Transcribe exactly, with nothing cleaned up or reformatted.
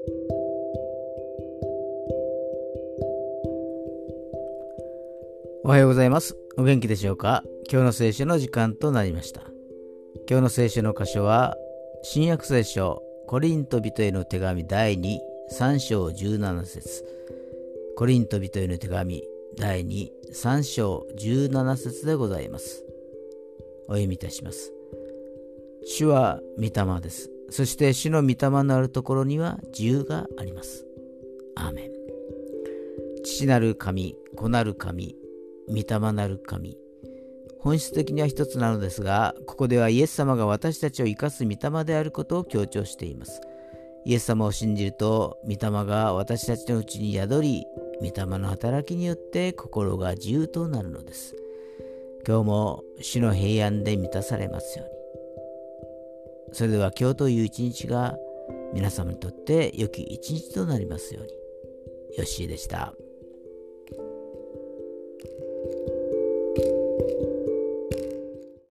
おはようございます。お元気でしょうか。今日の聖書の時間となりました。今日の聖書の箇所は新約聖書コリント人への手紙だいに、さん章じゅうなな節。コリント人への手紙だいに、さん章じゅうなな節でございます。お読みいたします。主は御霊です。そして主の御霊のあるところには自由があります。アーメン。父なる神、子なる神、御霊なる神。本質的には一つなのですが、ここではイエス様が私たちを生かす御霊であることを強調しています。イエス様を信じると、御霊が私たちのうちに宿り、御霊の働きによって心が自由となるのです。今日も主の平安で満たされますように。それでは今日という一日が皆様にとって良き一日となりますように。よっしーでした。